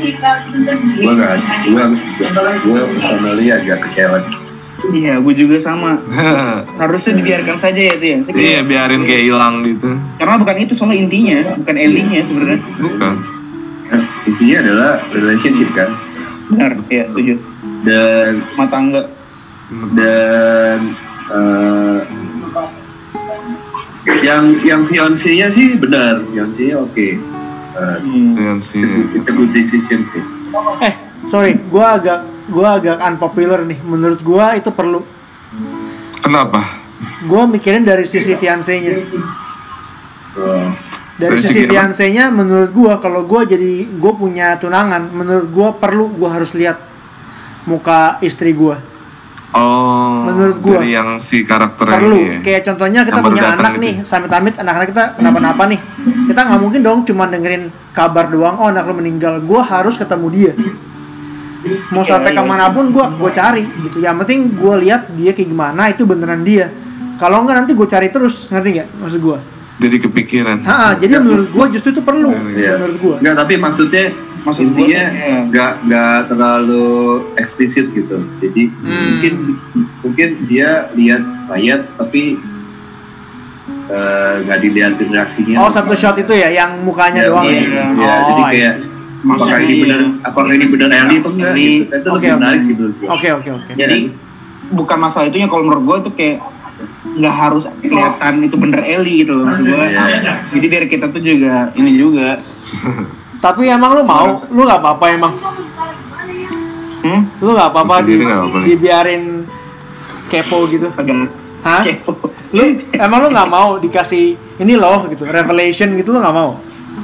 S4: Gue gak, gue gue personally agak kecewa.
S3: Iya, gue juga sama. Harusnya dibiarkan saja ya itu ya. Saya kayak-
S1: Iya, biarin kayak hilang gitu.
S3: Karena bukan itu soalnya intinya, bukan Ellie-nya sebenarnya.
S1: Bukan.
S4: Nah, intinya adalah relationship kan,
S3: Benar, ya setuju.
S4: dan
S3: Rumah tangga.
S4: dan uh, yang yang fiancé-nya sih benar, fiancé-nya oke. Uh,
S3: Hmm.
S1: Fiancé.
S4: it's a good decision sih.
S2: Eh, sorry, gua agak gua agak unpopular nih. Menurut gua itu perlu.
S1: Kenapa?
S2: Gua mikirin dari sisi fiancé-nya.
S4: Oh.
S2: Dari
S1: Dari
S2: sisi
S1: segi apa?
S2: fiancé-nya menurut gua kalau gua jadi gua punya tunangan, menurut gua perlu gua harus lihat muka istri gua.
S1: Oh,
S2: Menurut gua.
S1: dari yang si karakter
S2: Perlu.
S1: ini ya?
S2: Kayak contohnya kita
S1: Yang baru
S2: punya
S1: datang
S2: anak
S1: gitu
S2: nih,
S1: ya?
S2: samit-amit anak-anak kita kenapa-napa nih. Kita nggak mungkin dong cuma dengerin kabar doang, oh anak lu meninggal. Gua harus ketemu dia. Mau
S3: Iya,
S2: sampai
S3: iya.
S2: kemanapun gua gua cari gitu. Yang penting gua lihat dia kayak gimana, itu beneran dia. Kalau enggak nanti gua cari terus, ngerti nggak maksud gua?
S1: Jadi kepikiran.
S2: Ha, jadi
S4: Ya.
S2: menurut gua justru itu perlu.
S4: Iya.
S2: Menurut gua.
S4: Enggak, tapi maksudnya
S3: Maksud gua
S4: intinya
S3: tuh, iya.
S4: nggak nggak terlalu eksplisit gitu. Jadi
S2: Hmm.
S4: mungkin mungkin dia lihat mayat tapi eh, nggak dilihatin reaksinya.
S2: Oh, satu shot itu ya yang mukanya
S4: Ya,
S2: doang
S4: iya,
S2: ya.
S4: iya.
S2: Oh,
S4: Jadi
S2: I
S4: kayak
S2: see.
S4: apakah
S3: Maksudnya
S4: ini
S3: iya.
S4: benar apakah ini benar Ellie atau enggak
S3: Ellie.
S4: gitu. Itu
S2: Oke,
S4: lebih
S2: oke.
S4: menarik sih menurut gue.
S2: Oke, oke, oke.
S3: Jadi bukan masalah itunya, kalau menurut gue tuh kayak nggak harus kelihatan itu bener Ellie gitu loh maksud gue.
S4: Iya.
S3: Jadi biar kita tuh juga ini juga.
S2: Tapi emang lu mau, lu nggak apa-apa emang.
S3: Hmm?
S2: Lu nggak apa-apa
S1: Lu sendiri
S2: di-
S1: nggak apa-apa nih?
S2: dibiarin kepo gitu.
S3: Agak
S2: Hah?
S3: kepo.
S2: Lu emang lu nggak mau dikasih ini loh gitu, revelation gitu, lu nggak mau?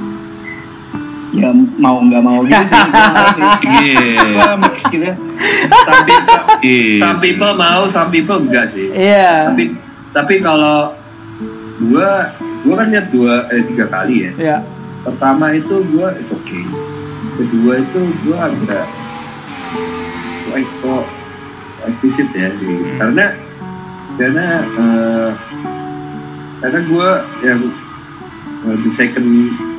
S3: Ya mau nggak mau gitu sih. Gua nggak sih.
S1: Iya.
S3: Gua mix gitu.
S4: Some people,
S1: Iya.
S4: some people mau, some people enggak sih.
S2: Iya.
S4: Tapi tapi kalau gua gua kan lihat dua eh tiga kali ya.
S2: Iya.
S4: Pertama itu gua it's okay. Kedua itu gua agak kok kok eksplisit ya gitu. Karena karena eh, karena gua yang eh, the second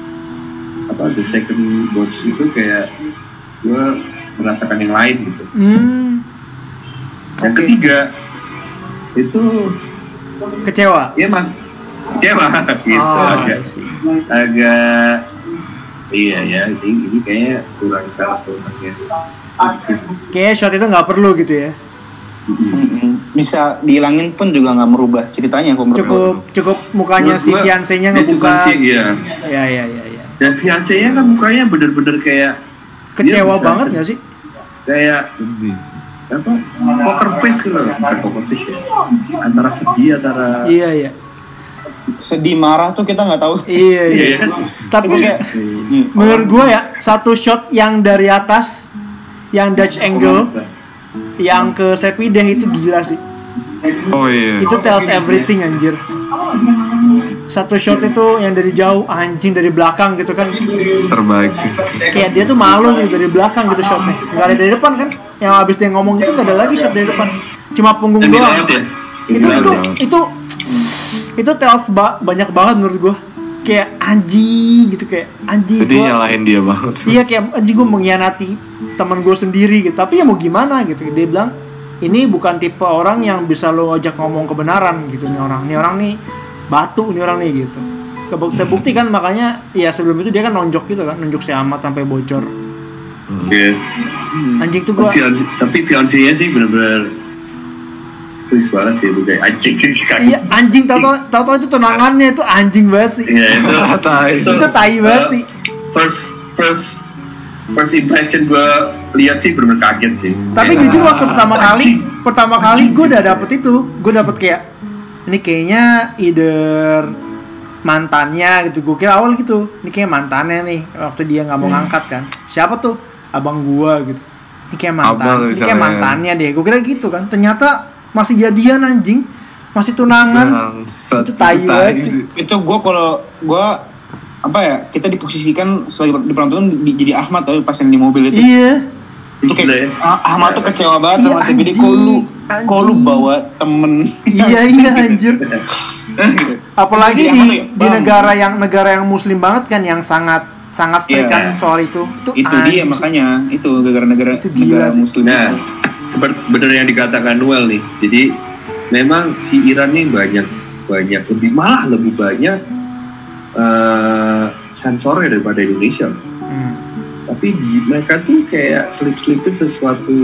S4: apa the second watch itu kayak gua merasakan yang lain gitu.
S2: Hmm.
S4: Yang
S2: Oke.
S4: ketiga itu
S2: Kecewa.
S4: ya emang kecewa gitu
S2: Oh,
S4: agak agak iya ya ini, ini kayaknya kurang keras orangnya.
S2: Kayak shot itu nggak perlu gitu ya.
S3: Mm-mm. Bisa dihilangin pun juga nggak merubah ceritanya kok menurut
S2: Cukup cukup mukanya si
S4: Menurut gua,
S2: fiancé-nya
S4: dia
S2: ngebuka.
S4: cuma sih iya.
S2: Iya, iya, iya, iya.
S4: Dan fiancé-nya kan mukanya bener-bener kayak
S2: Kecewa
S4: dia bisa
S2: banget
S4: se-
S2: nggak sih?
S4: kayak
S1: Sedih.
S4: apa poker face gitu loh, bukan poker face ya, antara sedih antara
S2: Iya, iya.
S3: sedih marah tuh kita nggak tahu.
S2: Iya, iya.
S4: iya kan.
S2: Tapi
S3: Gua kayak,
S2: menurut gue ya, satu shot yang dari atas, yang Dutch angle, yang ke Sepideh itu gila sih.
S1: Oh iya.
S2: Itu tells everything anjir. Satu shot itu yang dari jauh, anjing dari belakang gitu kan.
S1: Terbaik sih.
S2: Kayak dia tuh malu gitu dari belakang gitu shotnya. Gak ada dari depan kan. Yang abis dia ngomong itu gak ada lagi shot dari depan. Cuma punggung
S4: Lebih
S2: doang.
S4: laut ya.
S2: Itu
S4: Lebih
S2: itu
S4: laut.
S2: itu itu tells ba- banyak banget menurut gue. Kayak anjing gitu, kayak anjing
S1: Jadi
S2: gua-
S1: nyalahin dia banget.
S2: Iya, kayak anjing gue mengkhianati teman gue sendiri gitu. Tapi ya mau gimana gitu. Dia bilang ini bukan tipe orang yang bisa lo ajak ngomong kebenaran gitu nih orang. Nih orang nih batu nih orang nih gitu. Kebuk- Terbukti kan, makanya ya sebelum itu dia kan nonjok gitu kan, nonjok si Ahmad sampai bocor.
S4: Iya.
S2: Anjing tuh gua.
S4: Fiancé, tapi fiancé-nya sih bener-bener please banget sih itu kayak anjing kan.
S2: Iya, anjing tahu-tahu tahu-tahu itu tunangannya itu anjing banget sih.
S4: Iya itu.
S1: Tai.
S2: Itu tai banget
S4: uh,
S2: sih.
S4: First first first impression gue lihat sih bener-bener kaget sih.
S2: Tapi
S4: Kayak,
S2: jujur waktu pertama kali,
S4: anjing.
S2: pertama kali gue udah dapet itu, gue dapet kayak ini kayaknya either mantannya gitu. Gue kira awal gitu, ini kayak mantannya nih. Waktu dia nggak mau ngangkat kan, siapa tuh? Abang gua gitu. Ini kayak mantan,
S1: Abang
S2: ini kayak
S1: misalnya.
S2: mantannya deh. Gue kira gitu kan. Ternyata masih jadian anjing, masih tunangan.
S1: Bangsat,
S2: Itu tai banget sih.
S3: itu gue kalau gue apa ya, kita diposisikan sebagai di penonton di- jadi Ahmad tuh pas yang di mobil itu.
S2: Iya.
S3: Itu kayak
S4: Gila ya.
S3: Ah- Ahmad tuh kecewa banget sama
S2: Iya,
S3: si Bidi.
S2: anjing.
S3: Kok lu
S2: Anjing.
S3: kok lu bawa temen.
S2: Iya iya anjir. Apalagi
S3: Jadi
S2: di,
S3: apa ya?
S2: di
S3: Bang.
S2: negara yang negara yang muslim banget kan, yang sangat sangat strict
S3: Iya.
S2: kan soal itu. Itu,
S3: Itu dia
S2: anjing sih.
S3: makanya itu gara-gara negara
S2: Itu gila
S3: negara
S2: sih.
S3: muslim.
S4: Nah, seperti bener yang dikatakan Noel nih. Jadi memang si Iran nih banyak banyak lebih malah lebih banyak eh sensornya daripada Indonesia.
S2: Hmm.
S4: Tapi di, mereka tuh kayak selip-selipin sesuatu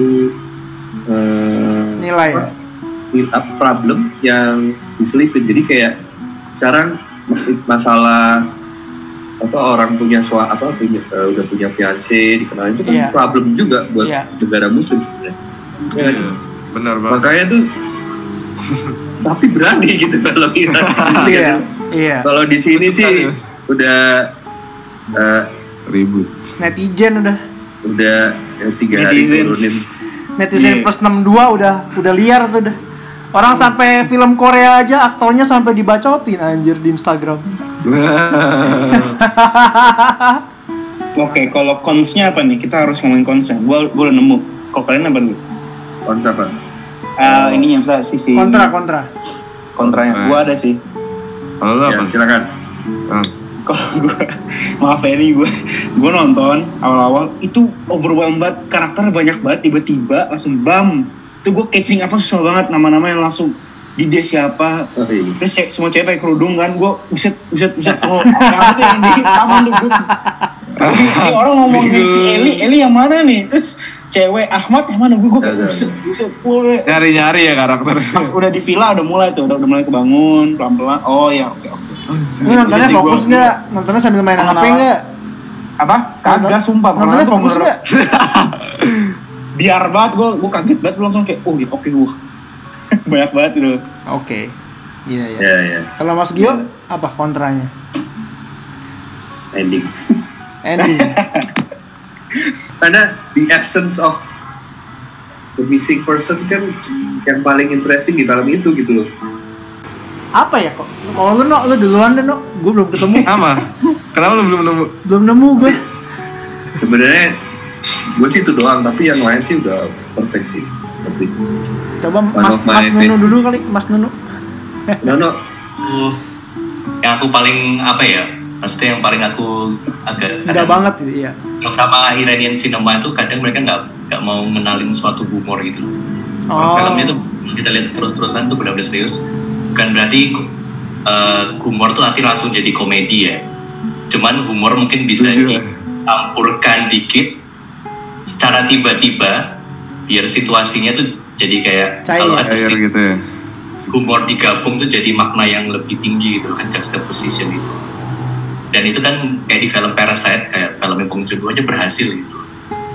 S4: eh,
S2: Nilai ya.
S4: apa, problem yang diselipin. Jadi kayak sekarang masalah apa orang punya suami apa punya, uh, udah punya fiance dikenalin itu kan
S2: Iya.
S4: problem juga buat
S2: Iya.
S4: negara muslim sebenarnya. Ya nggak sih?
S1: Benar banget.
S4: Makanya tuh tapi berani gitu kalau kita.
S2: Iya, iya.
S4: Kalau di sini
S1: Suka,
S4: sih
S1: ya.
S4: udah uh,
S1: Ribut.
S2: Netizen udah.
S4: udah ya, tiga hari
S3: Netizen.
S4: turunin.
S2: Netizen
S3: Iya.
S2: plus enam puluh dua udah udah liar tuh udah. Orang sampai film Korea aja aktornya sampai dibacotin anjir di Instagram.
S3: Oke, kalau cons-nya apa nih? Kita harus ngomongin cons-nya. Gua gua udah nemu. Kalau kalian apa nih?
S4: Konsep apa?
S3: Ah, ini yang bisa sisi
S2: Kontra kontra.
S3: kontranya. Gua ada sih.
S1: Kalau lu
S4: Ya,
S1: apa?
S4: silakan.
S1: Ah.
S3: Kalau gue, maaf ya nih gue, gue nonton awal-awal itu overwhelmed banget, karakternya banyak banget, tiba-tiba langsung bam, itu gue catching apa susah banget nama-nama yang langsung di dia siapa,
S4: Oh, iya.
S3: terus cek semua cewek pakai kerudung kan, gue uset uset uset, oh yang itu yang di taman tuh gue, ini orang ngomongin si Eli, Eli yang mana nih, terus cewek Ahmad yang mana gue, gue
S4: Ada.
S3: uset uset, gue
S1: Nyari-nyari ya karakter.
S3: pas udah di villa udah mulai tuh, udah, udah mulai kebangun pelan-pelan, oh ya oke oke.
S2: Lu nontonnya
S3: Jadi sih
S2: fokus
S3: gua-
S2: nggak? Nontonnya sambil main H P
S3: Pengenalan.
S2: nggak?
S3: Apa? Kagak sumpah.
S2: Nontonnya
S3: Pengenalan tuh
S2: fokus
S3: bener-
S2: nggak?
S3: Biar banget gue, gue kaget banget gue langsung kayak, oh gitu, oke gue banyak banget gitu.
S2: Oke. Iya ya.
S4: Ya, ya.
S2: Kalau Mas Gio apa kontranya?
S4: Ending.
S2: Ending.
S4: Karena the absence of the missing person kan yang paling interesting di film itu gitu loh.
S2: Apa ya kok? Kalau lu no, lu duluan deh no. Gue belum ketemu.
S1: Apa? Kenapa lu belum nemu?
S2: Belum nemu gue.
S4: Sebenarnya gue sih itu doang, tapi yang lain sih udah perfect sih. Tapi
S2: Coba
S4: One
S2: Mas
S4: of my
S2: Mas Nunu dulu kali, Mas Nunu.
S4: no no
S5: Aku- yang aku paling apa ya, maksudnya yang paling aku agak
S2: Enggak
S5: kadang-
S2: banget gitu, iya.
S5: Kalau sama Iranian cinema itu kadang mereka nggak nggak mau mengenalin suatu humor gitu loh.
S2: Oh.
S5: Filmnya tuh kita lihat terus-terusan tuh benar-benar serius. Bukan berarti uh, humor tuh nanti langsung jadi komedi ya. Cuman humor mungkin bisa
S1: Setuju.
S5: dicampurkan dikit secara tiba-tiba biar situasinya tuh jadi kayak
S2: Cair.
S5: kalau ada
S1: Air
S5: sedikit
S1: gitu ya.
S5: humor digabung tuh jadi makna yang lebih tinggi gitu loh kan, juxtaposition itu. Dan itu kan kayak di film Parasite, kayak filmnya Bong Joon-ho aja berhasil gitu loh.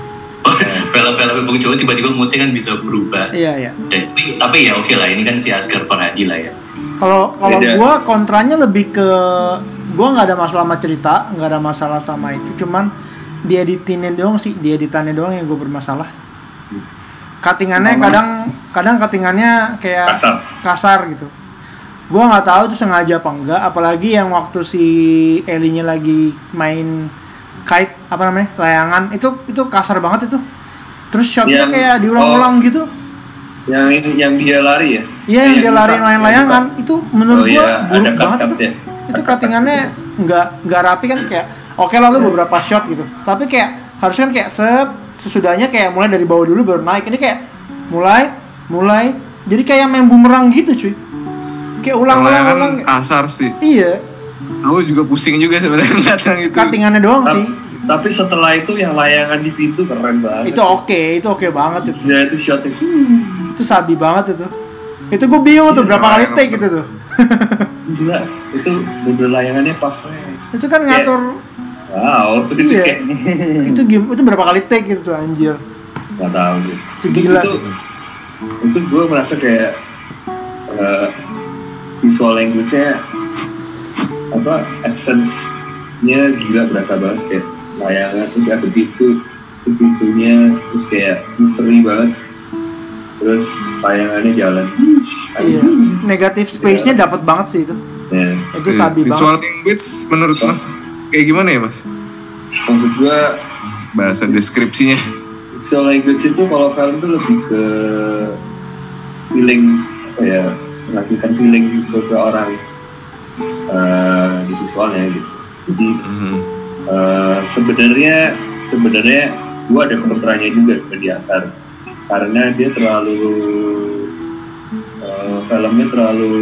S5: Film-film Bong Joon-ho tiba-tiba moodnya kan bisa berubah.
S2: Iya, iya.
S5: Dan, tapi, tapi ya oke lah, ini kan si Asghar Farhadi lah ya.
S2: Kalau kalau
S4: Beda.
S2: gua kontranya lebih ke gua nggak ada masalah sama cerita, nggak ada masalah sama itu, cuman dieditinnya doang sih, dieditannya doang yang gua bermasalah. Cuttingannya
S3: Sama.
S2: kadang kadang cuttingannya kayak
S4: kasar.
S2: kasar gitu. Gua nggak tahu itu sengaja apa enggak, apalagi yang waktu si Elinya lagi main kite apa namanya layangan itu itu kasar banget itu. Terus shotnya
S4: Yang-
S2: kayak diulang-ulang gitu.
S4: Yang ini yang dia lari ya?
S2: Iya yang
S4: Eh,
S2: dia lari
S4: buka-
S2: main
S4: yang
S2: layangan
S4: buka.
S2: itu menurut
S4: Oh,
S2: gua
S4: iya,
S2: buruk
S4: ada
S2: banget
S4: cut-cut
S2: itu.
S4: ya.
S2: Itu cuttingannya nggak nggak rapi kan kayak oke lalu beberapa shot gitu. Tapi kayak harusnya kan kayak set sesudahnya kayak mulai dari bawah dulu baru naik. Ini kayak mulai mulai jadi kayak main bumerang gitu cuy. Kayak ulang-ulang
S1: Kalau
S2: ulang.
S1: kan kasar sih.
S2: Iya,
S1: Aku juga pusing juga sebenarnya ngeliat yang itu.
S2: cuttingannya doang
S4: Ta-
S2: sih.
S4: Tapi setelah itu yang layangan di pintu keren banget.
S2: Itu oke, itu oke banget itu.
S4: Ya itu shotnya
S2: Itu sabi banget itu. Itu gue bingung tuh
S1: Iya,
S2: berapa kali
S1: layangan
S2: take gitu tuh.
S4: gila. Itu bener layangannya pas.
S2: Itu kan ngatur
S4: Wow, itu
S2: Iya.
S4: kayak
S2: itu game itu berapa kali take gitu tuh anjir.
S4: nggak tahu gue.
S2: Itu gila
S4: Itu,
S2: sih.
S4: itu gue merasa kayak eh, visual language-nya apa absence-nya gila berasa banget kayak layangan terus ada pintu terus pintunya terus kayak misteri banget terus layangannya jalan.
S2: Iya, negatif space-nya dapat banget sih itu.
S4: Ya,
S2: Itu sabi
S1: Visual
S2: banget.
S1: language menurut Mas kayak gimana ya Mas?
S4: maksud gue
S1: Bahasa deskripsinya.
S4: visual language itu kalau film itu lebih ke feeling apa ya melakukan feeling seseorang eh, di visualnya gitu. Jadi
S1: Mhm.
S4: eh, sebenarnya sebenarnya gua ada kontranya juga ke di Asar karena dia terlalu eh, filmnya terlalu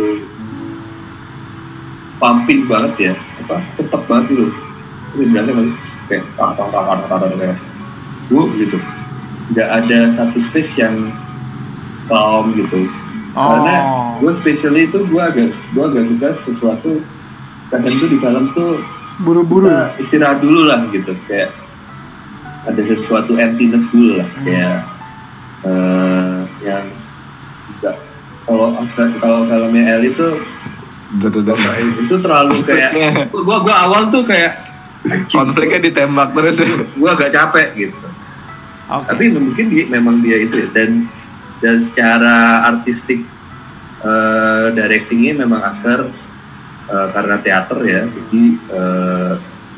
S4: pumping banget ya apa tetap banget gitu. Ini bilangnya kali kayak tak tak tak tak tak tak kayak wow gitu. Nggak ada satu space yang calm gitu. Karena gue spesialnya itu gue agak gue agak suka sesuatu kadang tuh di film tuh
S2: buru-buru
S4: kita istirahat dulu lah gitu, kayak ada sesuatu emptiness dulu lah, kayak uh, yang enggak, kalau kalau filmnya El itu
S1: betul
S4: itu terlalu kayak gua gua awal tuh kayak
S1: konfliknya ditembak terus ya.
S4: Gua agak capek gitu.
S2: Okay.
S4: Tapi mungkin dia, memang dia itu ya. dan dan secara artistik uh, directingnya memang asar uh, karena teater ya, jadi uh,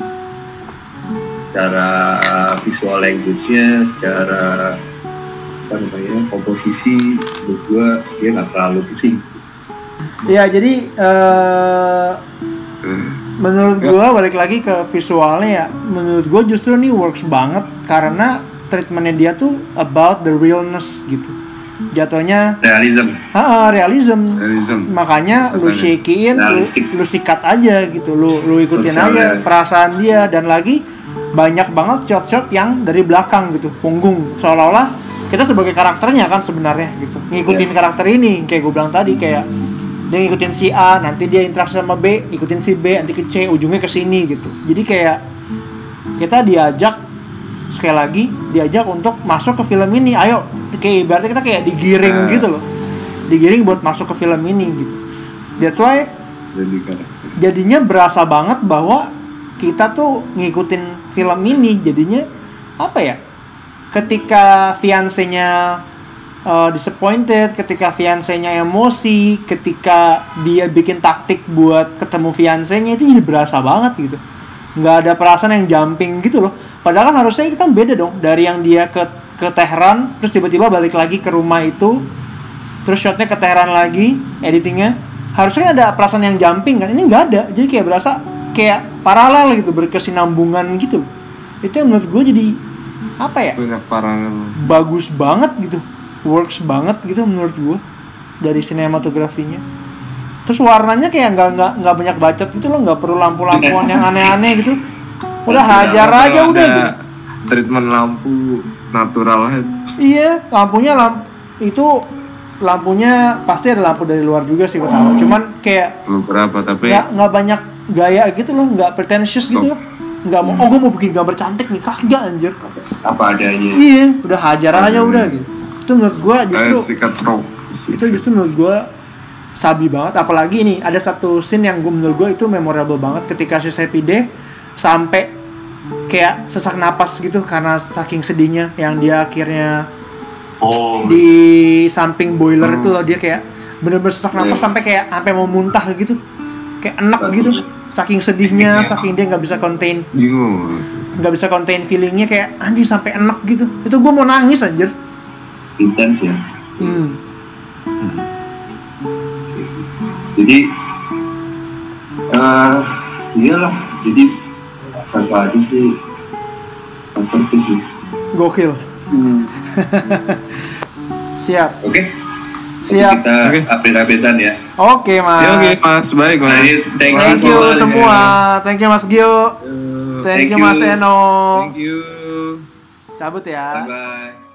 S4: secara visual language-nya, secara apa namanya komposisi, menurut gue dia nggak terlalu pusing.
S2: Ya jadi uh, menurut gue balik lagi ke visualnya ya, menurut gue justru ini works banget karena treatmentnya dia tuh about the realness gitu. Jatuhnya
S4: realism.
S2: Ah, realism.
S1: Realism.
S2: Makanya lu shakein, lu, lu sikat aja gitu, lu lu ikutin
S4: Sosial
S2: aja
S4: ya.
S2: perasaan dia, dan lagi banyak banget shot-shot yang dari belakang gitu, punggung, seolah-olah kita sebagai karakternya kan sebenarnya gitu, ngikutin
S4: Yeah.
S2: karakter ini, kayak gue bilang tadi, kayak dia ngikutin si A, nanti dia interaksi sama B, ikutin si B, nanti ke C, ujungnya ke sini gitu. Jadi kayak kita diajak, sekali lagi diajak untuk masuk ke film ini, ayo, kayak ibaratnya kita kayak digiring
S1: Uh.
S2: gitu loh, digiring buat masuk ke film ini gitu. That's why jadinya berasa banget bahwa kita tuh ngikutin film ini, jadinya apa ya, ketika fiancé-nya uh, disappointed, ketika fiancé-nya emosi, ketika dia bikin taktik buat ketemu fiancé-nya, itu jadi berasa banget gitu, nggak ada perasaan yang jumping gitu loh. Padahal kan harusnya itu kan beda dong, dari yang dia ke ke Tehran terus tiba-tiba balik lagi ke rumah itu, terus shotnya ke Tehran lagi, editingnya harusnya ada perasaan yang jumping kan, ini nggak ada, jadi kayak berasa kayak paralel gitu, berkesinambungan gitu. Itu yang menurut gue jadi apa ya,
S1: Banyak paralel.
S2: bagus banget gitu, works banget gitu menurut gue dari sinematografinya. Terus warnanya kayak nggak nggak nggak banyak bacot gitu loh, nggak perlu lampu-lampuan yang aneh-aneh gitu, udah hajar
S1: Nggak
S2: aja
S1: perlu
S2: udah
S1: ada
S2: gitu.
S1: treatment lampu natural aja.
S2: Iya, lampunya lampu itu lampunya pasti ada lampu dari luar juga sih gue tahu. Cuman kayak
S1: Beberapa tapi
S2: nggak nggak banyak gaya gitu loh, nggak pretentious gitu loh. Nggak mau, oh gue mau bikin gambar cantik nih, kagak anjir.
S4: Apa adanya.
S2: Iya, udah hajar aja udah gitu. Itu menurut gue
S1: kayak
S2: justru
S1: sikat rok.
S2: itu justru menurut gue sabi banget. Apalagi ini ada satu scene yang gue menurut gue itu memorable banget, ketika si Sepide sampai kayak sesak napas gitu karena saking sedihnya, yang dia akhirnya
S5: Oh,
S2: di samping boiler itu loh, dia kayak bener-bener sesak napas
S4: Iya.
S2: sampai kayak sampai mau muntah gitu, kayak enak gitu, saking sedihnya, saking dia nggak bisa contain
S1: Bingung.
S2: nggak bisa contain feelingnya, kayak anjir sampai enak gitu. Itu gue mau nangis anjir.
S4: Intens ya.
S2: hmm.
S4: Jadi uh, iyalah, jadi Sarvadi sih masterpiece sih.
S2: Gokil.
S3: Hmm.
S2: Siap.
S4: Oke.
S2: Siap.
S4: Kita
S1: Oke.
S4: update-updatean ya.
S2: Oke mas.
S1: Ya, oke mas, baik mas.
S4: Baik, thank you.
S2: Thank you
S4: Mas.
S2: semua. Thank you Mas Gio.
S1: Uh,
S2: Thank,
S4: Thank
S2: you Mas
S4: you.
S2: Eno.
S1: Thank you.
S2: Cabut ya.
S4: Bye bye.